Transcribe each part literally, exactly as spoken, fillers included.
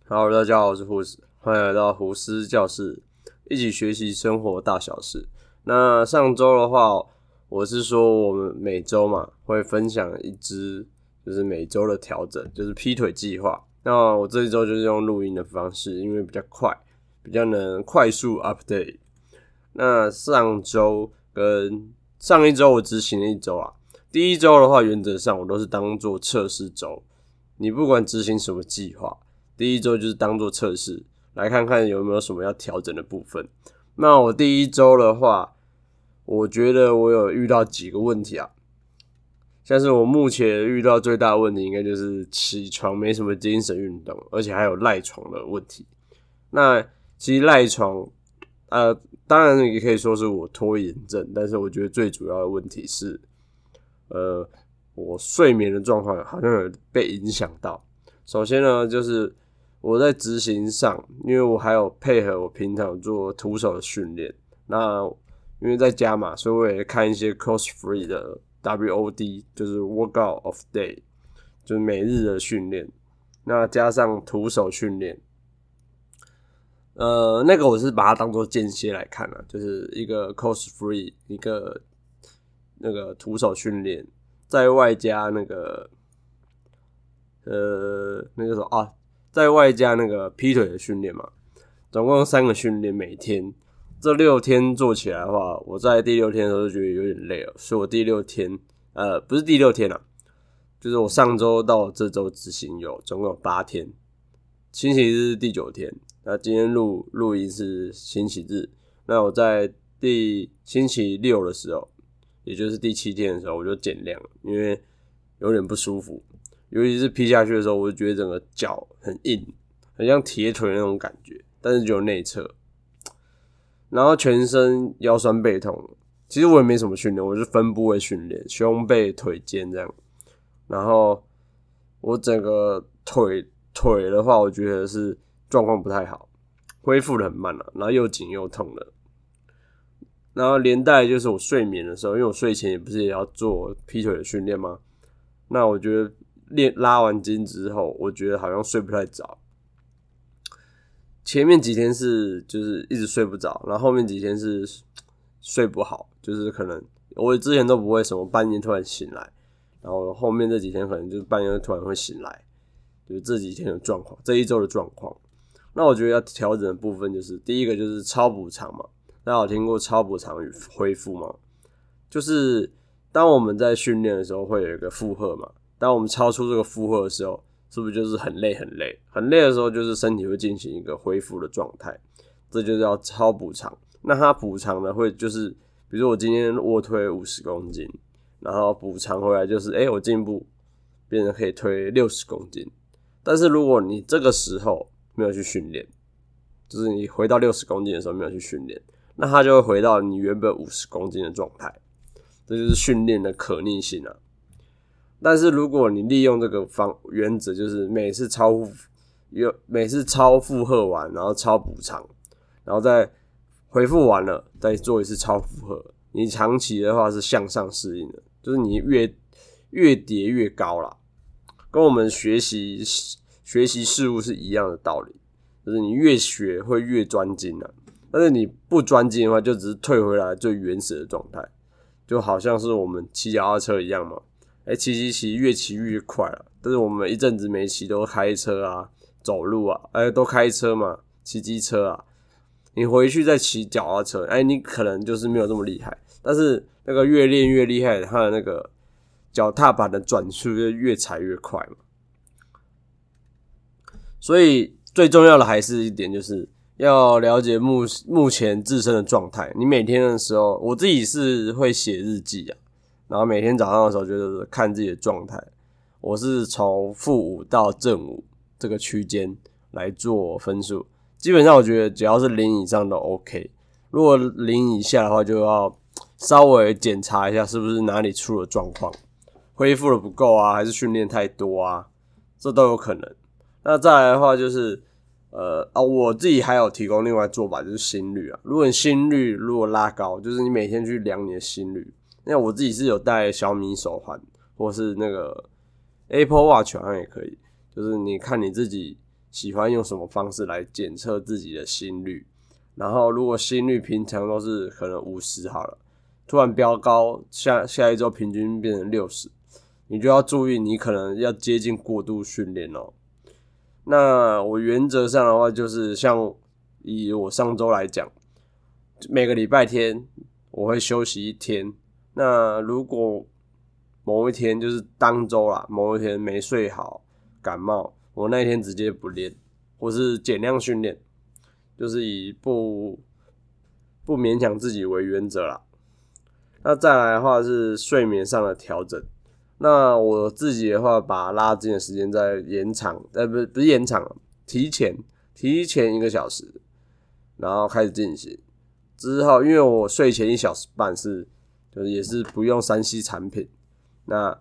Hello， 大家好，我是胡斯，欢迎来到胡斯教室，一起学习生活大小事。那上周的话，我是说我们每周嘛会分享一支，就是每周的调整，就是劈腿计划。那我这一周就是用录音的方式，因为比较快，比较能快速 update。那上周跟上一周我执行了一周啊，第一周的话，原则上我都是当做测试周，你不管执行什么计划。第一周就是当做测试，来看看有没有什么要调整的部分。那我第一周的话，我觉得我有遇到几个问题啊，像是我目前遇到最大的问题，应该就是起床没什么精神运动，而且还有赖床的问题。那其实赖床，呃，当然也可以说是我拖延症，但是我觉得最主要的问题是，呃，我睡眠的状况好像有被影响到。首先呢，就是我在执行上，因为我还有配合我平常做徒手的训练，那因为在家嘛，所以我也看一些 cost free 的 W O D， 就是 workout of day， 就是每日的训练，那加上徒手训练，呃，那个我是把它当做间歇来看啊，就是一个 cost free， 一个那个徒手训练，在外加那个呃那个什么啊。在外加那个劈腿的训练嘛，总共三个训练，每天这六天做起来的话，我在第六天的时候就觉得有点累了，所以我第六天呃不是第六天啊，就是我上周到这周执行有总共有八天，星期日是第九天，那今天录录音是星期日，那我在第星期六的时候，也就是第七天的时候，我就减量了，因为有点不舒服。尤其是劈下去的时候，我就觉得整个脚很硬，很像铁腿那种感觉，但是只有内侧，然后全身腰酸背痛。其实我也没什么训练，我是分部位训练，胸背腿肩这样。然后我整个腿腿的话，我觉得是状况不太好，恢复的很慢啊，然后又紧又痛的。然后连带就是我睡眠的时候，因为我睡前也不是也要做劈腿的训练吗？那我觉得练拉完筋之后，我觉得好像睡不太着。前面几天是就是一直睡不着，然后后面几天是睡不好，就是可能我之前都不会什么半夜突然醒来，然后后面这几天可能就是半夜突然会醒来，就是这几天的状况，这一周的状况。那我觉得要调整的部分就是第一个就是超补偿嘛，大家有听过超补偿与恢复吗？就是当我们在训练的时候会有一个负荷嘛。当我们超出这个负荷的时候，是不是就是很累很累？很累的时候，就是身体会进行一个恢复的状态，这就叫超补偿。那它补偿呢，会就是，比如说我今天卧推五十公斤，然后补偿回来就是，哎、欸，我进步变成可以推六十公斤。但是如果你这个时候没有去训练，就是你回到六十公斤的时候没有去训练，那它就会回到你原本五十公斤的状态。这就是训练的可逆性啊。但是如果你利用这个方原则，就是每次超有每次超负荷完，然后超补偿，然后再恢复完了，再做一次超负荷，你长期的话是向上适应的，就是你越越叠越高啦，跟我们学习学习事物是一样的道理，就是你越学会越专精啊，但是你不专精的话，就只是退回来最原始的状态，就好像是我们骑脚踏车一样嘛。哎，骑骑骑，越骑越快了。但是我们一阵子没骑，都开车啊、走路啊，哎，都开车嘛，骑机车啊。你回去再骑脚踏车，哎，你可能就是没有这么厉害。但是那个越练越厉害，它的那个脚踏板的转速就越踩越快嘛。所以最重要的还是一点，就是要了解目目前自身的状态。你每天的时候，我自己是会写日记啊。然后每天早上的时候就是看自己的状态，我是从负五到正五这个区间来做分数。基本上我觉得只要是零以上都 OK， 如果零以下的话，就要稍微检查一下是不是哪里出了状况，恢复的不够啊，还是训练太多啊，这都有可能。那再来的话就是呃啊，我自己还有提供另外做法，就是心率啊。如果你心率如果拉高，就是你每天去量你的心率。那我自己是有戴小米手环，或是那个 Apple Watch 好像也可以，就是你看你自己喜欢用什么方式来检测自己的心率。然后如果心率平常都是可能五十好了，突然飙高，下下一周平均变成六十，你就要注意，你可能要接近过度训练哦。那我原则上的话，就是像以我上周来讲，每个礼拜天我会休息一天。那如果某一天就是当周啦，某一天没睡好，感冒，我那一天直接不练，或是减量训练，就是以不不勉强自己为原则啦。那再来的话是睡眠上的调整。那我自己的话，把拉筋的时间再延长，呃，不不是延长，提前提前一个小时，然后开始进行。之后，因为我睡前一小时半是，就是也是不用 三 C 产品，那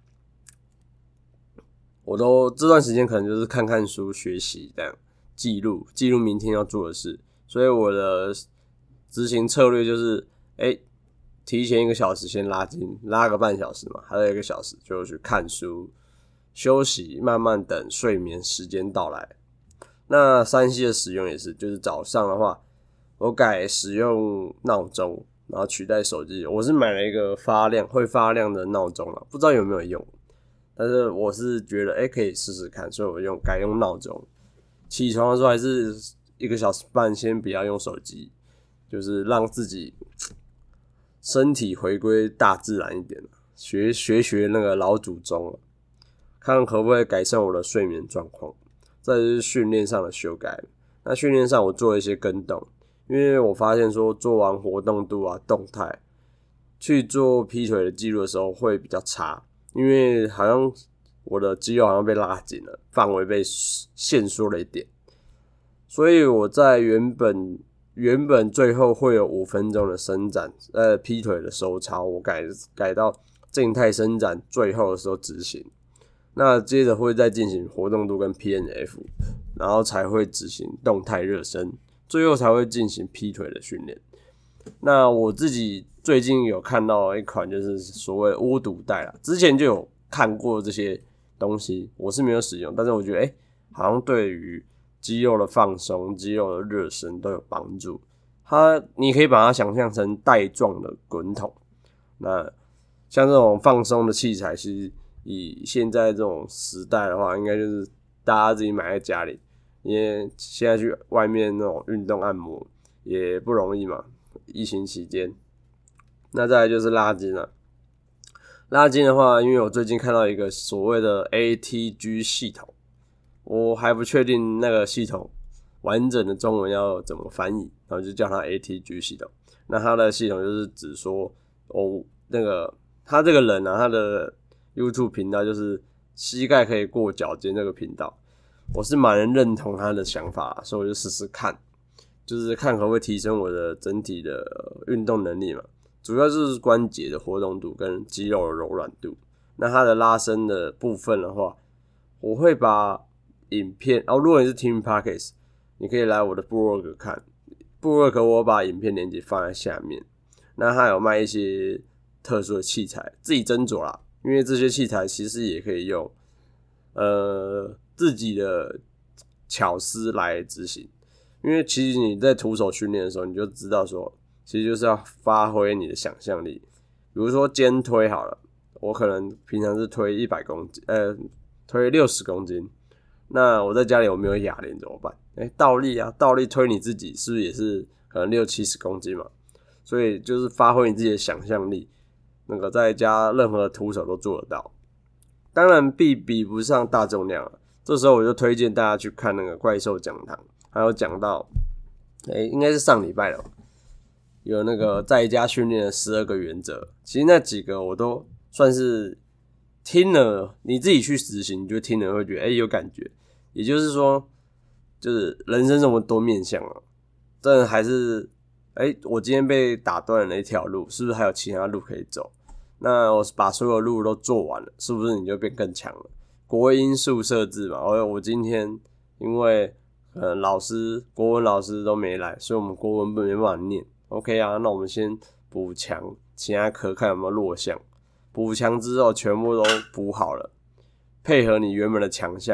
我都这段时间可能就是看看书、学习这样，记录记录明天要做的事。所以我的执行策略就是，哎、欸。提前一个小时先拉筋，拉个半小时嘛，还有一个小时就去看书、休息，慢慢等睡眠时间到来。那 三 C 的使用也是，就是早上的话，我改使用闹钟，然后取代手机。我是买了一个发亮会发亮的闹钟啦，不知道有没有用，但是我是觉得哎、欸、可以试试看，所以我用改用闹钟。起床的时候还是一个小时半，先不要用手机，就是让自己身体回归大自然一点，学学学那个老祖宗，看看可不可以改善我的睡眠状况。再就是训练上的修改，那训练上我做了一些更动，因为我发现说做完活动度啊、动态去做劈腿的记录的时候会比较差，因为好像我的肌肉好像被拉紧了，范围被限缩了一点，所以我在原本。原本最后会有五分钟的伸展，呃，劈腿的收操，我改改到静态伸展，最后的时候执行。那接着会再进行活动度跟 P N F， 然后才会执行动态热身，最后才会进行劈腿的训练。那我自己最近有看到一款就是所谓的窝堵带啦，之前就有看过这些东西，我是没有使用，但是我觉得，哎、欸，好像对于肌肉的放松、肌肉的热身都有帮助。它，你可以把它想象成带状的滚筒。那像这种放松的器材，其实以现在这种时代的话，应该就是大家自己买在家里，因为现在去外面那种运动按摩也不容易嘛，疫情期间。那再来就是拉筋了。拉筋的话，因为我最近看到一个所谓的 A T G 系统。我还不确定那个系统完整的中文要怎么翻译，然后就叫它 A T G 系统。那它的系统就是指说，哦，那个他这个人啊，他的 YouTube 频道就是膝盖可以过脚尖这个频道，我是蛮认同他的想法，所以我就试试看，就是看可不可以提升我的整体的运动能力嘛。主要就是关节的活动度跟肌肉的柔软度。那它的拉伸的部分的话，我会把影片哦，如果你是听 Podcast， 你可以来我的部落格看，部落格我把影片连结放在下面。那它有卖一些特殊的器材，自己斟酌啦，因为这些器材其实也可以用呃自己的巧思来执行。因为其实你在徒手训练的时候，你就知道说，其实就是要发挥你的想象力。比如说肩推好了，我可能平常是推一百公斤，呃，推六十公斤。那我在家里我没有哑铃怎么办？哎、欸，倒立啊，倒立推你自己是不是也是可能六七十公斤嘛？所以就是发挥你自己的想象力，那个在家任何的徒手都做得到。当然比比不上大重量了，这时候我就推荐大家去看那个怪兽讲堂，还有讲到，哎、欸，应该是上礼拜了，有那个在家训练的十二个原则。其实那几个我都算是听了，你自己去执行，你就听了会觉得哎、欸、有感觉。也就是说，就是人生这么多面向啊，真的还是，哎、欸，我今天被打断了一条路，是不是还有其他路可以走？那我把所有路都做完了，是不是你就变更强了？国英数设置嘛，我我今天因为呃老师国文老师都没来，所以我们国文没办法念 ，OK 啊，那我们先补强其他科看有没有弱项，补强之后全部都补好了，配合你原本的强项。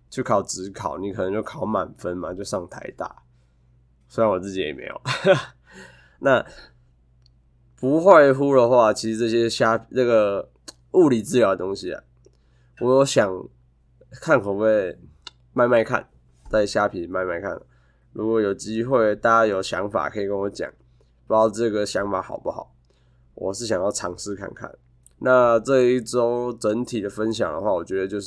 去考指考，你可能就考满分嘛，就上台大。虽然我自己也没有，那不外乎的话，其实这些虾这个物理治疗的东西啊，我有想看可不可以卖卖看，在虾皮卖卖看。如果有机会，大家有想法可以跟我讲，不知道这个想法好不好？我是想要尝试看看。那这一周整体的分享的话，我觉得就是，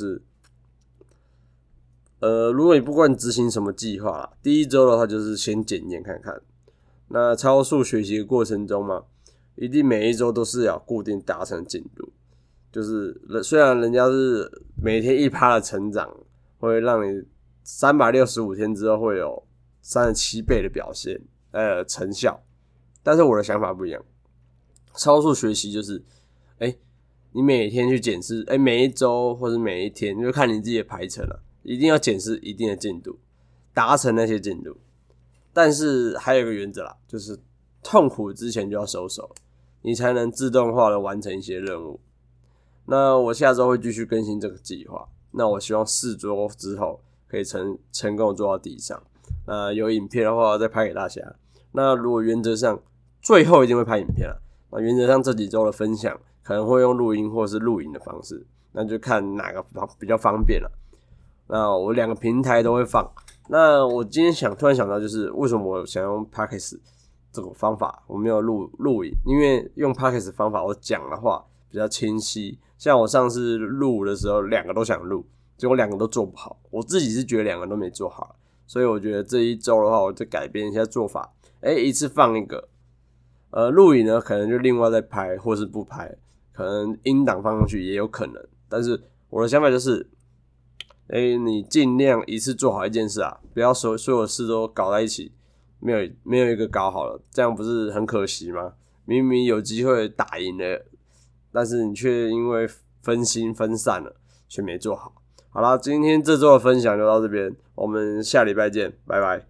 呃，如果你不管执行什么计划啦，第一周的话就是先检验看看。那超速学习的过程中嘛，一定每一周都是要固定达成进度。就是虽然人家是每天一趴的成长，会让你三百六十五天之后会有三十七倍的表现，呃，成效。但是我的想法不一样，超速学习就是，哎、欸，你每天去检视，哎、欸，每一周或者每一天，就看你自己的排程了、啊，一定要检视一定的进度，达成那些进度。但是还有一个原则啦，就是痛苦之前就要收手，你才能自动化的完成一些任务。那我下周会继续更新这个计划，那我希望四周之后可以成成功做到第上。那有影片的话再拍给大家。那如果原则上最后一定会拍影片啦，那原则上这几周的分享可能会用录音或是录影的方式，那就看哪个比较方便啦。那我两个平台都会放。那我今天想突然想到，就是为什么我想用 Podcast 这个方法，我没有录录影，因为用 Podcast 方法我讲的话比较清晰。像我上次录的时候，两个都想录，结果两个都做不好。我自己是觉得两个都没做好，所以我觉得这一周的话，我就改变一下做法，哎、欸，一次放一个。呃，录影呢，可能就另外再拍，或是不拍，可能音档放上去也有可能。但是我的想法就是，哎、欸，你尽量一次做好一件事啊，不要所所有事都搞在一起，没有没有一个搞好了，这样不是很可惜吗？明明有机会打赢了，但是你却因为分心分散了，却没做好。好啦，今天这周的分享就到这边，我们下礼拜见，拜拜。